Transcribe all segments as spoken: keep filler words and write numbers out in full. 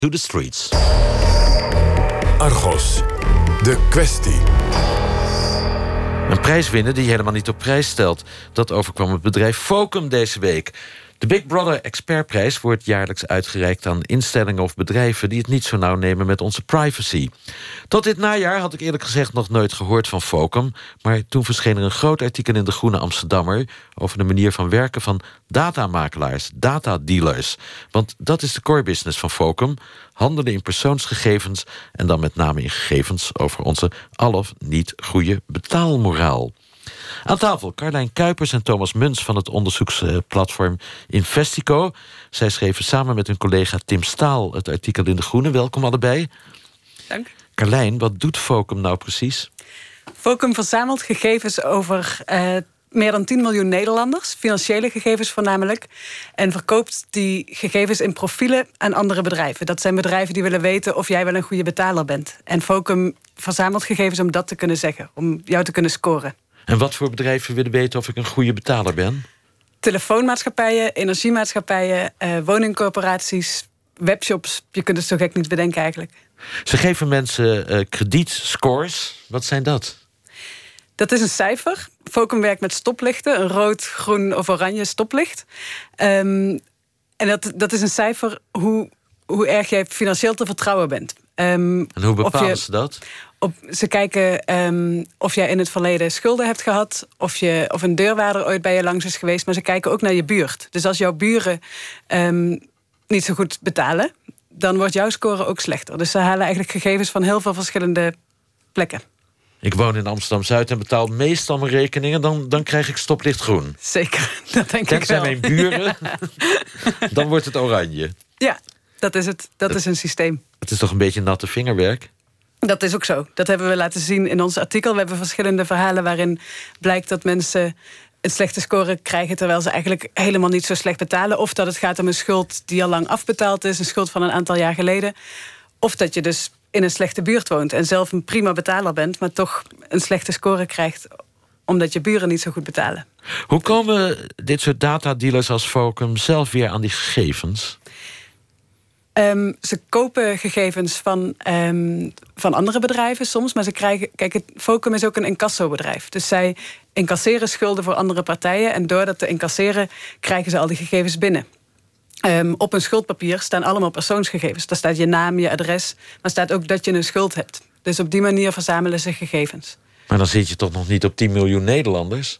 To the streets. Argos, de kwestie. Een prijs winnen die je helemaal niet op prijs stelt. Dat overkwam het bedrijf Focum deze week. De Big Brother Expertprijs wordt jaarlijks uitgereikt aan instellingen of bedrijven die het niet zo nauw nemen met onze privacy. Tot dit najaar had ik eerlijk gezegd nog nooit gehoord van Focum, maar toen verscheen er een groot artikel in de Groene Amsterdammer over de manier van werken van datamakelaars, datadealers. Want dat is de core business van Focum: handelen in persoonsgegevens en dan met name in gegevens over onze al of niet goede betaalmoraal. Aan tafel Carlijn Kuipers en Thomas Muns van het onderzoeksplatform Investico. Zij schreven samen met hun collega Tim Staal het artikel in De Groene. Welkom allebei. Dank. Carlijn, wat doet Focum nou precies? Focum verzamelt gegevens over uh, meer dan tien miljoen Nederlanders, financiële gegevens voornamelijk, en verkoopt die gegevens in profielen aan andere bedrijven. Dat zijn bedrijven die willen weten of jij wel een goede betaler bent. En Focum verzamelt gegevens om dat te kunnen zeggen, om jou te kunnen scoren. En wat voor bedrijven willen weten of ik een goede betaler ben? Telefoonmaatschappijen, energiemaatschappijen, uh, woningcorporaties, webshops. Je kunt het zo gek niet bedenken eigenlijk. Ze geven mensen uh, kredietscores. Wat zijn dat? Dat is een cijfer. Focum werkt met stoplichten. Een rood, groen of oranje stoplicht. Um, en dat, dat is een cijfer hoe, hoe erg jij financieel te vertrouwen bent. Um, en hoe bepalen je, ze dat? Op, ze kijken um, of jij in het verleden schulden hebt gehad, of, je, of een deurwaarder ooit bij je langs is geweest. Maar ze kijken ook naar je buurt. Dus als jouw buren um, niet zo goed betalen, dan wordt jouw score ook slechter. Dus ze halen eigenlijk gegevens van heel veel verschillende plekken. Ik woon in Amsterdam-Zuid en betaal meestal mijn rekeningen. Dan, dan krijg ik stoplicht groen. Zeker, dat denk Tenzij ik wel. mijn buren, dan wordt het oranje. Ja, dat is het. Dat, dat is een systeem. Het is toch een beetje natte vingerwerk? Dat is ook zo. Dat hebben we laten zien in ons artikel. We hebben verschillende verhalen waarin blijkt dat mensen een slechte score krijgen terwijl ze eigenlijk helemaal niet zo slecht betalen. Of dat het gaat om een schuld die al lang afbetaald is, een schuld van een aantal jaar geleden. Of dat je dus in een slechte buurt woont en zelf een prima betaler bent, maar toch een slechte score krijgt omdat je buren niet zo goed betalen. Hoe komen dit soort datadealers als Focum zelf weer aan die gegevens? Um, ze kopen gegevens van, um, van andere bedrijven soms, maar ze krijgen. Kijk, het Focum is ook een incassobedrijf. Dus zij incasseren schulden voor andere partijen en door dat te incasseren krijgen ze al die gegevens binnen. Um, op een schuldpapier staan allemaal persoonsgegevens. Daar staat je naam, je adres, maar staat ook dat je een schuld hebt. Dus op die manier verzamelen ze gegevens. Maar dan zit je toch nog niet op tien miljoen Nederlanders?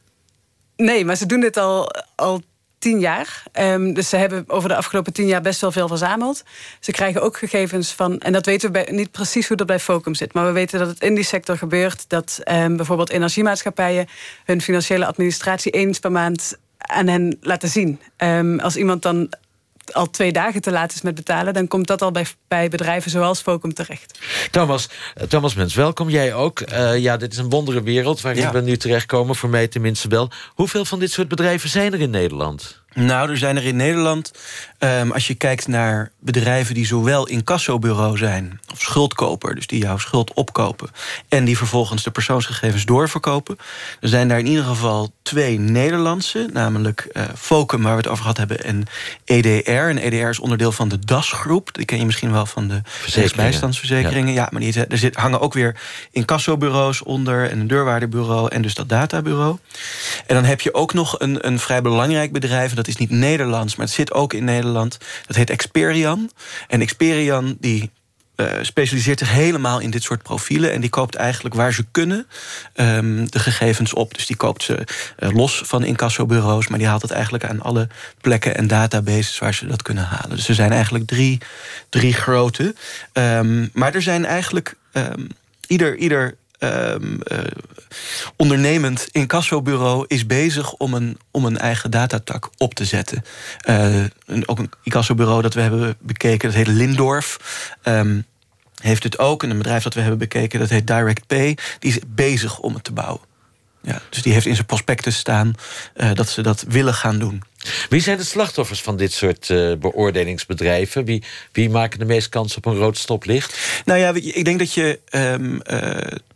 Nee, maar ze doen dit al, al tien jaar. Um, dus ze hebben over de afgelopen tien jaar best wel veel verzameld. Ze krijgen ook gegevens van, en dat weten we bij, niet precies hoe dat bij Focum zit, maar we weten dat het in die sector gebeurt dat um, bijvoorbeeld energiemaatschappijen hun financiële administratie eens per maand aan hen laten zien. Um, als iemand dan al twee dagen te laat is met betalen, dan komt dat al bij, bij bedrijven zoals Focum terecht. Thomas, Thomas Muns, welkom. Jij ook. Uh, ja, dit is een wondere wereld waarin ja. we nu terechtkomen, voor mij tenminste wel. Hoeveel van dit soort bedrijven zijn er in Nederland? Nou, er zijn er in Nederland, um, als je kijkt naar bedrijven die zowel incassobureau zijn, of schuldkoper, dus die jouw schuld opkopen, en die vervolgens de persoonsgegevens doorverkopen, er zijn daar in ieder geval twee Nederlandse, namelijk uh, Focum, waar we het over gehad hebben, en E D R. En E D R is onderdeel van de D A S-groep. Die ken je misschien wel van de rechtsbijstandsverzekeringen. Ja. ja, maar die, er zit, hangen ook weer incassobureaus onder en een deurwaardebureau en dus dat databureau. En dan heb je ook nog een, een vrij belangrijk bedrijf. Dat is niet Nederlands, maar het zit ook in Nederland. Dat heet Experian. En Experian die uh, specialiseert zich helemaal in dit soort profielen. En die koopt eigenlijk waar ze kunnen um, de gegevens op. Dus die koopt ze uh, los van incassobureaus, maar die haalt het eigenlijk aan alle plekken en databases waar ze dat kunnen halen. Dus er zijn eigenlijk drie, drie grote. Um, maar er zijn eigenlijk um, ieder... ieder Um, uh, ondernemend incassobureau is bezig om een, om een eigen datatak op te zetten. Uh, een, ook een incassobureau dat we hebben bekeken, dat heet Lindorf. Um, heeft het ook. En een bedrijf dat we hebben bekeken, dat heet DirectPay. Die is bezig om het te bouwen. Ja, dus die heeft in zijn prospectus staan uh, dat ze dat willen gaan doen. Wie zijn de slachtoffers van dit soort uh, beoordelingsbedrijven? Wie, wie maken de meest kans op een rood stoplicht? Nou ja, ik denk dat je Um, uh,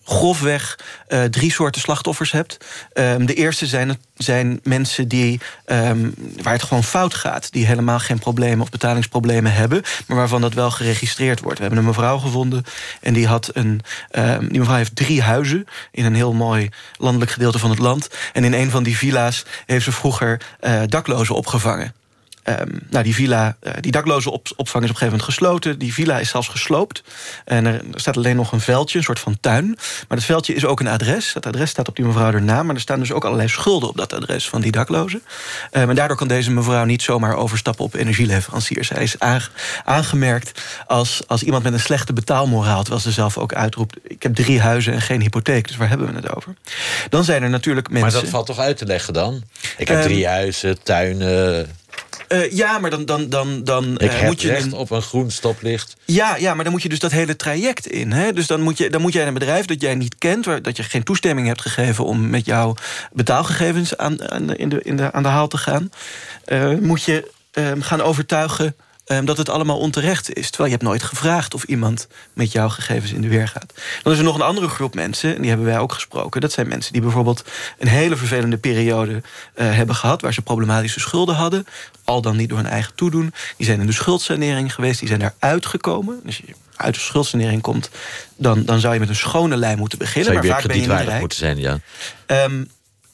grofweg uh, drie soorten slachtoffers hebt. Um, de eerste zijn, zijn mensen die, um, waar het gewoon fout gaat. Die helemaal geen problemen of betalingsproblemen hebben, maar waarvan dat wel geregistreerd wordt. We hebben een mevrouw gevonden en die had een. Um, die mevrouw heeft drie huizen in een heel mooi landelijk gedeelte van het land. En in een van die villa's heeft ze vroeger uh, daklozen opgevangen. Um, nou, die villa, uh, die dakloze op, opvang is op een gegeven moment gesloten. Die villa is zelfs gesloopt. En er, er staat alleen nog een veldje, een soort van tuin. Maar dat veldje is ook een adres. Dat adres staat op die mevrouw haar naam. Maar er staan dus ook allerlei schulden op dat adres van die daklozen. Um, en daardoor kan deze mevrouw niet zomaar overstappen op energieleveranciers. Zij is aange, aangemerkt als, als iemand met een slechte betaalmoraal. Terwijl ze zelf ook uitroept: ik heb drie huizen en geen hypotheek. Dus waar hebben we het over? Dan zijn er natuurlijk mensen. Maar dat valt toch uit te leggen dan? Ik heb um, drie huizen, tuinen. Uh, ja, maar dan, dan, dan, dan Ik uh, heb moet je recht een... op een groen stoplicht. Ja, ja, maar dan moet je dus dat hele traject in. Hè? Dus dan moet, je, dan moet jij een bedrijf dat jij niet kent, waar, dat je geen toestemming hebt gegeven om met jouw betaalgegevens aan, aan, in de, in de, aan de haal te gaan. Uh, moet je uh, gaan overtuigen um, dat het allemaal onterecht is. Terwijl je hebt nooit gevraagd of iemand met jouw gegevens in de weer gaat. Dan is er nog een andere groep mensen, en die hebben wij ook gesproken. Dat zijn mensen die bijvoorbeeld een hele vervelende periode uh, hebben gehad, waar ze problematische schulden hadden, al dan niet door hun eigen toedoen. Die zijn in de schuldsanering geweest, die zijn daaruit gekomen. Dus je uit de schuldsanering komt, dan, dan zou je met een schone lijn moeten beginnen. Zou je maar weer vaak ben je niet rijk. moeten zijn, ja. Um,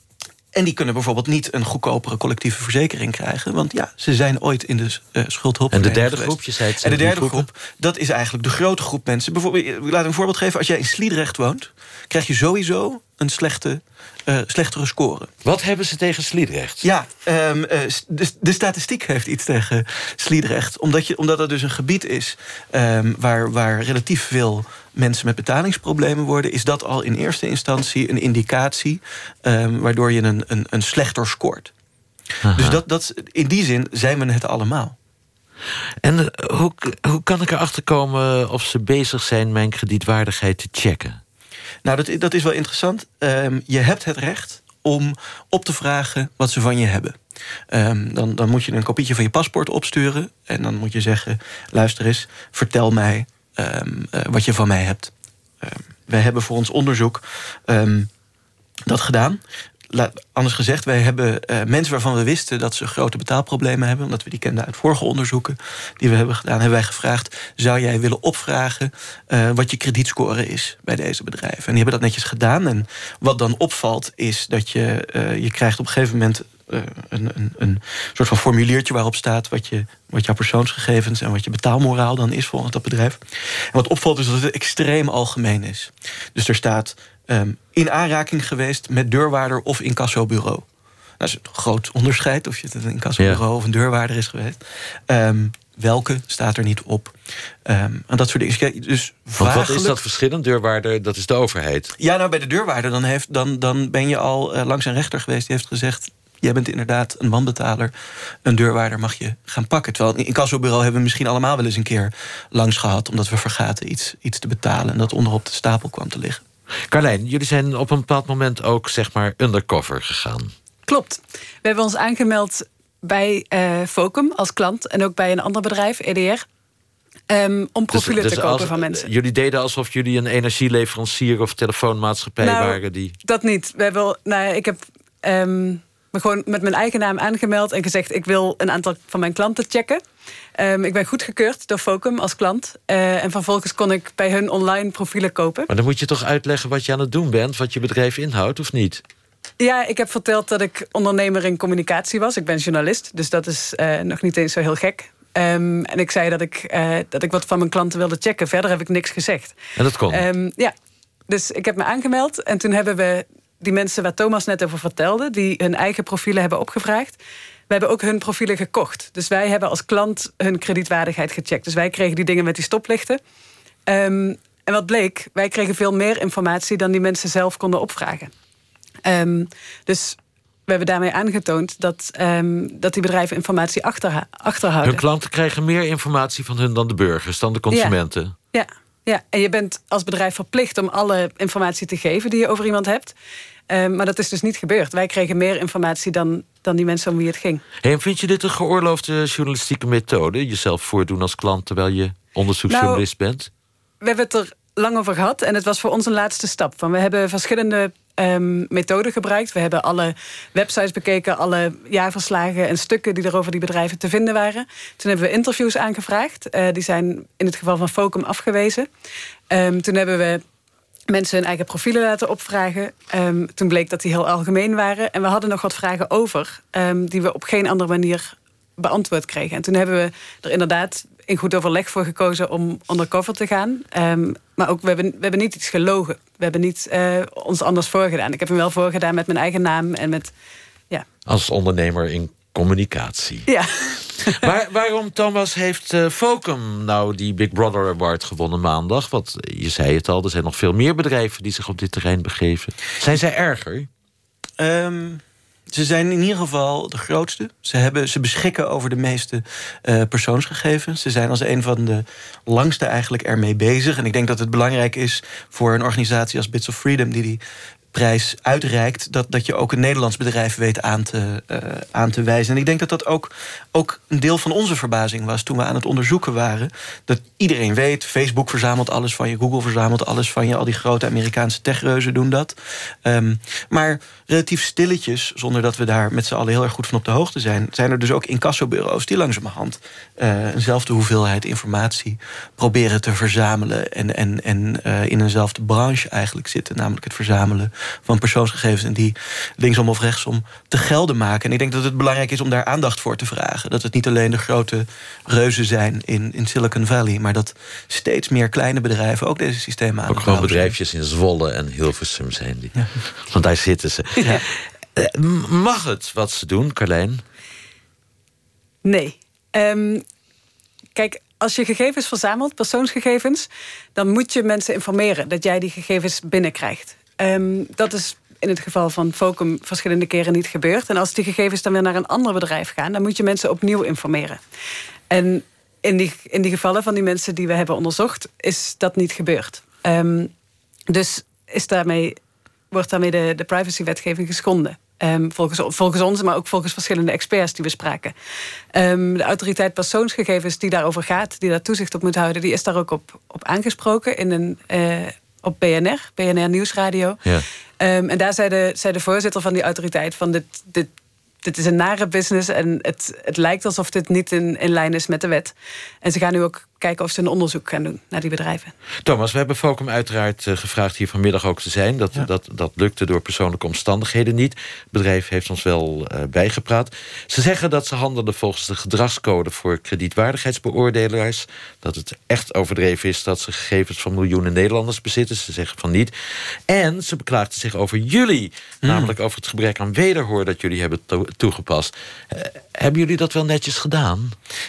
En die kunnen bijvoorbeeld niet een goedkopere collectieve verzekering krijgen, want ja, ze zijn ooit in de uh, schuldhulp. En de derde groep, je zei het. En de derde groepen? groep, dat is eigenlijk de grote groep mensen. Bijvoorbeeld, ik laat een voorbeeld geven. Als jij in Sliedrecht woont, krijg je sowieso een slechte, uh, slechtere score. Wat hebben ze tegen Sliedrecht? Ja, um, uh, de, de statistiek heeft iets tegen Sliedrecht. Omdat, je, omdat het dus een gebied is um, waar, waar relatief veel mensen met betalingsproblemen worden, is dat al in eerste instantie een indicatie um, waardoor je een, een, een slechter scoort. Aha. Dus dat, dat, in die zin zijn we het allemaal. En uh, hoe, hoe kan ik erachter komen of ze bezig zijn mijn kredietwaardigheid te checken? Nou, dat, dat is wel interessant. Um, je hebt het recht om op te vragen wat ze van je hebben. Um, dan, dan moet je een kopietje van je paspoort opsturen. En dan moet je zeggen: luister eens, vertel mij um, uh, wat je van mij hebt. Um, wij hebben voor ons onderzoek um, dat gedaan. Laat, anders gezegd, wij hebben uh, mensen waarvan we wisten dat ze grote betaalproblemen hebben, omdat we die kenden uit vorige onderzoeken die we hebben gedaan, hebben wij gevraagd: zou jij willen opvragen uh, wat je kredietscore is bij deze bedrijven? En die hebben dat netjes gedaan. En wat dan opvalt is dat je, uh, je krijgt op een gegeven moment uh, een, een, een soort van formuliertje waarop staat wat, je, wat jouw persoonsgegevens en wat je betaalmoraal dan is volgens dat bedrijf. En wat opvalt is dat het extreem algemeen is. Dus er staat: Um, in aanraking geweest met deurwaarder of incassobureau. Dat is een groot onderscheid of je het een incassobureau ja. of een deurwaarder is geweest. Um, welke staat er niet op? Um, en dat soort dingen. Dus Want wat is dat verschil? Een deurwaarder, dat is de overheid. Ja, nou bij de deurwaarder dan, heeft, dan, dan ben je al uh, langs een rechter geweest die heeft gezegd: jij bent inderdaad een wanbetaler. Een deurwaarder mag je gaan pakken. Terwijl een incassobureau hebben we misschien allemaal wel eens een keer langs gehad, omdat we vergaten iets, iets te betalen en dat onderop de stapel kwam te liggen. Carlijn, jullie zijn op een bepaald moment ook zeg maar undercover gegaan. Klopt. We hebben ons aangemeld bij uh, Focum als klant en ook bij een ander bedrijf, E D R, um, om profielen dus, dus te kopen als, van mensen. Jullie deden alsof jullie een energieleverancier of telefoonmaatschappij nou, waren die. Dat niet. We hebben, nou, ik heb um, me gewoon met mijn eigen naam aangemeld en gezegd: ik wil een aantal van mijn klanten checken. Um, ik ben goedgekeurd door Focum als klant. Uh, en vervolgens kon ik bij hun online profielen kopen. Maar dan moet je toch uitleggen wat je aan het doen bent, wat je bedrijf inhoudt, of niet? Ja, ik heb verteld dat ik ondernemer in communicatie was. Ik ben journalist, dus dat is uh, nog niet eens zo heel gek. Um, en ik zei dat ik, uh, dat ik wat van mijn klanten wilde checken. Verder heb ik niks gezegd. En dat kon? Um, ja, dus ik heb me aangemeld. En toen hebben we die mensen waar Thomas net over vertelde, die hun eigen profielen hebben opgevraagd, we hebben ook hun profielen gekocht. Dus wij hebben als klant hun kredietwaardigheid gecheckt. Dus wij kregen die dingen met die stoplichten. Um, en wat bleek, wij kregen veel meer informatie dan die mensen zelf konden opvragen. Um, dus we hebben daarmee aangetoond dat, um, dat die bedrijven informatie achter, achterhouden. Hun klanten krijgen meer informatie van hun dan de burgers, dan de consumenten. Ja, ja, ja. En je bent als bedrijf verplicht om alle informatie te geven die je over iemand hebt. Um, maar dat is dus niet gebeurd. Wij kregen meer informatie dan, dan die mensen om wie het ging. Hey, en vind je dit een geoorloofde journalistieke methode? Jezelf voordoen als klant terwijl je onderzoeksjournalist nou, bent? We hebben het er lang over gehad. En het was voor ons een laatste stap. Van, we hebben verschillende um, methoden gebruikt. We hebben alle websites bekeken, alle jaarverslagen en stukken die er over die bedrijven te vinden waren. Toen hebben we interviews aangevraagd. Uh, die zijn in het geval van Focum afgewezen. Um, toen hebben we mensen hun eigen profielen laten opvragen. Um, toen bleek dat die heel algemeen waren. En we hadden nog wat vragen over um, die we op geen andere manier beantwoord kregen. En toen hebben we er inderdaad in goed overleg voor gekozen om undercover te gaan. Um, maar ook, we hebben, we hebben niet iets gelogen. We hebben niet uh, ons anders voorgedaan. Ik heb hem wel voorgedaan met mijn eigen naam en met... Ja. Als ondernemer in communicatie. Ja. Waar, waarom, Thomas, heeft uh, Focum nou die Big Brother Award gewonnen maandag? Want je zei het al, er zijn nog veel meer bedrijven die zich op dit terrein begeven. Zijn zij erger? Um, ze zijn in ieder geval de grootste. Ze, hebben, ze beschikken over de meeste uh, persoonsgegevens. Ze zijn als een van de langste eigenlijk ermee bezig. En ik denk dat het belangrijk is voor een organisatie als Bits of Freedom, die die prijs uitreikt, dat, dat je ook een Nederlands bedrijf weet aan te, uh, aan te wijzen. En ik denk dat dat ook, ook een deel van onze verbazing was toen we aan het onderzoeken waren. Dat iedereen weet, Facebook verzamelt alles van je, Google verzamelt alles van je, al die grote Amerikaanse techreuzen doen dat. Um, maar relatief stilletjes, zonder dat we daar met z'n allen heel erg goed van op de hoogte zijn, zijn er dus ook incassobureaus die langzamerhand uh, eenzelfde hoeveelheid informatie proberen te verzamelen en, en, en uh, in eenzelfde branche eigenlijk zitten, namelijk het verzamelen van persoonsgegevens en die linksom of rechtsom te gelden maken. En ik denk dat het belangrijk is om daar aandacht voor te vragen. Dat het niet alleen de grote reuzen zijn in, in Silicon Valley, maar dat steeds meer kleine bedrijven ook deze systemen aan ook gewoon bedrijfjes in Zwolle en Hilversum zijn die. Ja. Want daar zitten ze. Ja. Mag het wat ze doen, Carlijn? Nee. Um, kijk, als je gegevens verzamelt, persoonsgegevens, dan moet je mensen informeren dat jij die gegevens binnenkrijgt. Um, dat is in het geval van Focum verschillende keren niet gebeurd. En als die gegevens dan weer naar een ander bedrijf gaan, dan moet je mensen opnieuw informeren. En in die, in die gevallen van die mensen die we hebben onderzocht, is dat niet gebeurd. Um, dus is daarmee, wordt daarmee de, de privacywetgeving geschonden. Um, volgens, volgens ons, maar ook volgens verschillende experts die we spraken. Um, de autoriteit persoonsgegevens die daarover gaat, die daar toezicht op moet houden, die is daar ook op, op aangesproken in een, uh, op B N R, B N R Nieuwsradio. Ja. Um, en daar zei de, zei de voorzitter van die autoriteit van dit, dit, dit is een nare business en het, het lijkt alsof dit niet in, in lijn is met de wet. En ze gaan nu ook kijken of ze een onderzoek gaan doen naar die bedrijven. Thomas, we hebben Focum uiteraard uh, gevraagd hier vanmiddag ook te zijn. Dat, ja. dat, dat lukte door persoonlijke omstandigheden niet. Het bedrijf heeft ons wel uh, bijgepraat. Ze zeggen dat ze handelen volgens de gedragscode voor kredietwaardigheidsbeoordelaars. Dat het echt overdreven is dat ze gegevens van miljoenen Nederlanders bezitten. Ze zeggen van niet. En ze beklaagden zich over jullie. Mm. Namelijk over het gebrek aan wederhoor dat jullie hebben to- toegepast. Uh, hebben jullie dat wel netjes gedaan?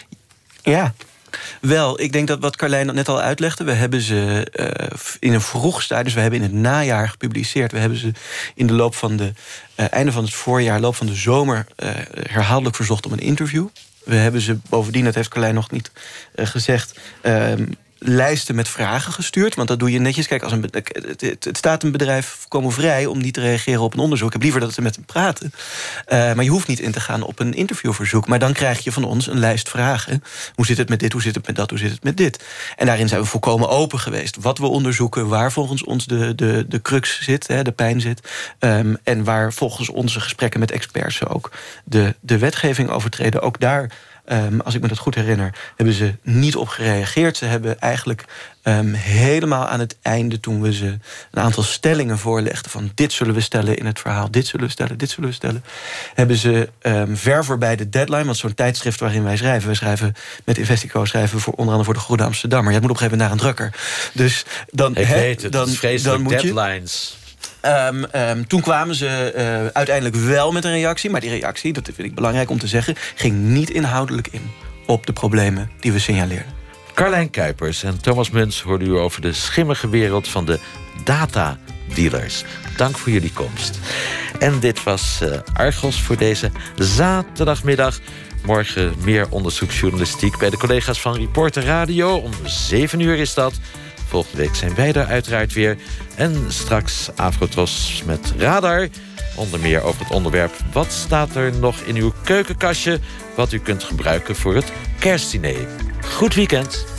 Ja. Wel, ik denk dat wat Carlijn net al uitlegde, we hebben ze uh, in een vroeg stadium, dus we hebben in het najaar gepubliceerd. We hebben ze in de loop van de uh, einde van het voorjaar, loop van de zomer uh, herhaaldelijk verzocht om een interview. We hebben ze bovendien, dat heeft Carlijn nog niet uh, gezegd, Uh, lijsten met vragen gestuurd. Want dat doe je netjes. Kijk, als een, het, het, het staat een bedrijf komen vrij om niet te reageren op een onderzoek. Ik heb liever dat ze met hem praten. Uh, maar je hoeft niet in te gaan op een interviewverzoek. Maar dan krijg je van ons een lijst vragen. Hoe zit het met dit, hoe zit het met dat, hoe zit het met dit? En daarin zijn we volkomen open geweest. Wat we onderzoeken, waar volgens ons de, de, de crux zit, hè, de pijn zit. Um, en waar volgens onze gesprekken met experts ook de, de wetgeving overtreden. Ook daar, Um, als ik me dat goed herinner, hebben ze niet op gereageerd. Ze hebben eigenlijk um, helemaal aan het einde, toen we ze een aantal stellingen voorlegden van dit zullen we stellen in het verhaal, dit zullen we stellen, dit zullen we stellen, hebben ze um, ver voorbij de deadline, want zo'n tijdschrift waarin wij schrijven, wij schrijven met Investico, schrijven voor onder andere voor de Goede Amsterdammer. Je moet op een gegeven moment naar een drukker. Dus dan, ik he, weet het, dan, het is vreselijk, dan moet deadlines. Je, Um, um, toen kwamen ze uh, uiteindelijk wel met een reactie. Maar die reactie, dat vind ik belangrijk om te zeggen, ging niet inhoudelijk in op de problemen die we signaleerden. Carlijn Kuipers en Thomas Muns hoorden u over de schimmige wereld van de datadealers. Dank voor jullie komst. En dit was uh, Argos voor deze zaterdagmiddag. Morgen meer onderzoeksjournalistiek bij de collega's van Reporter Radio. Om zeven uur is dat. Volgende week zijn wij er uiteraard weer. En straks Afrotros met Radar. Onder meer over het onderwerp: wat staat er nog in uw keukenkastje wat u kunt gebruiken voor het kerstdiner. Goed weekend.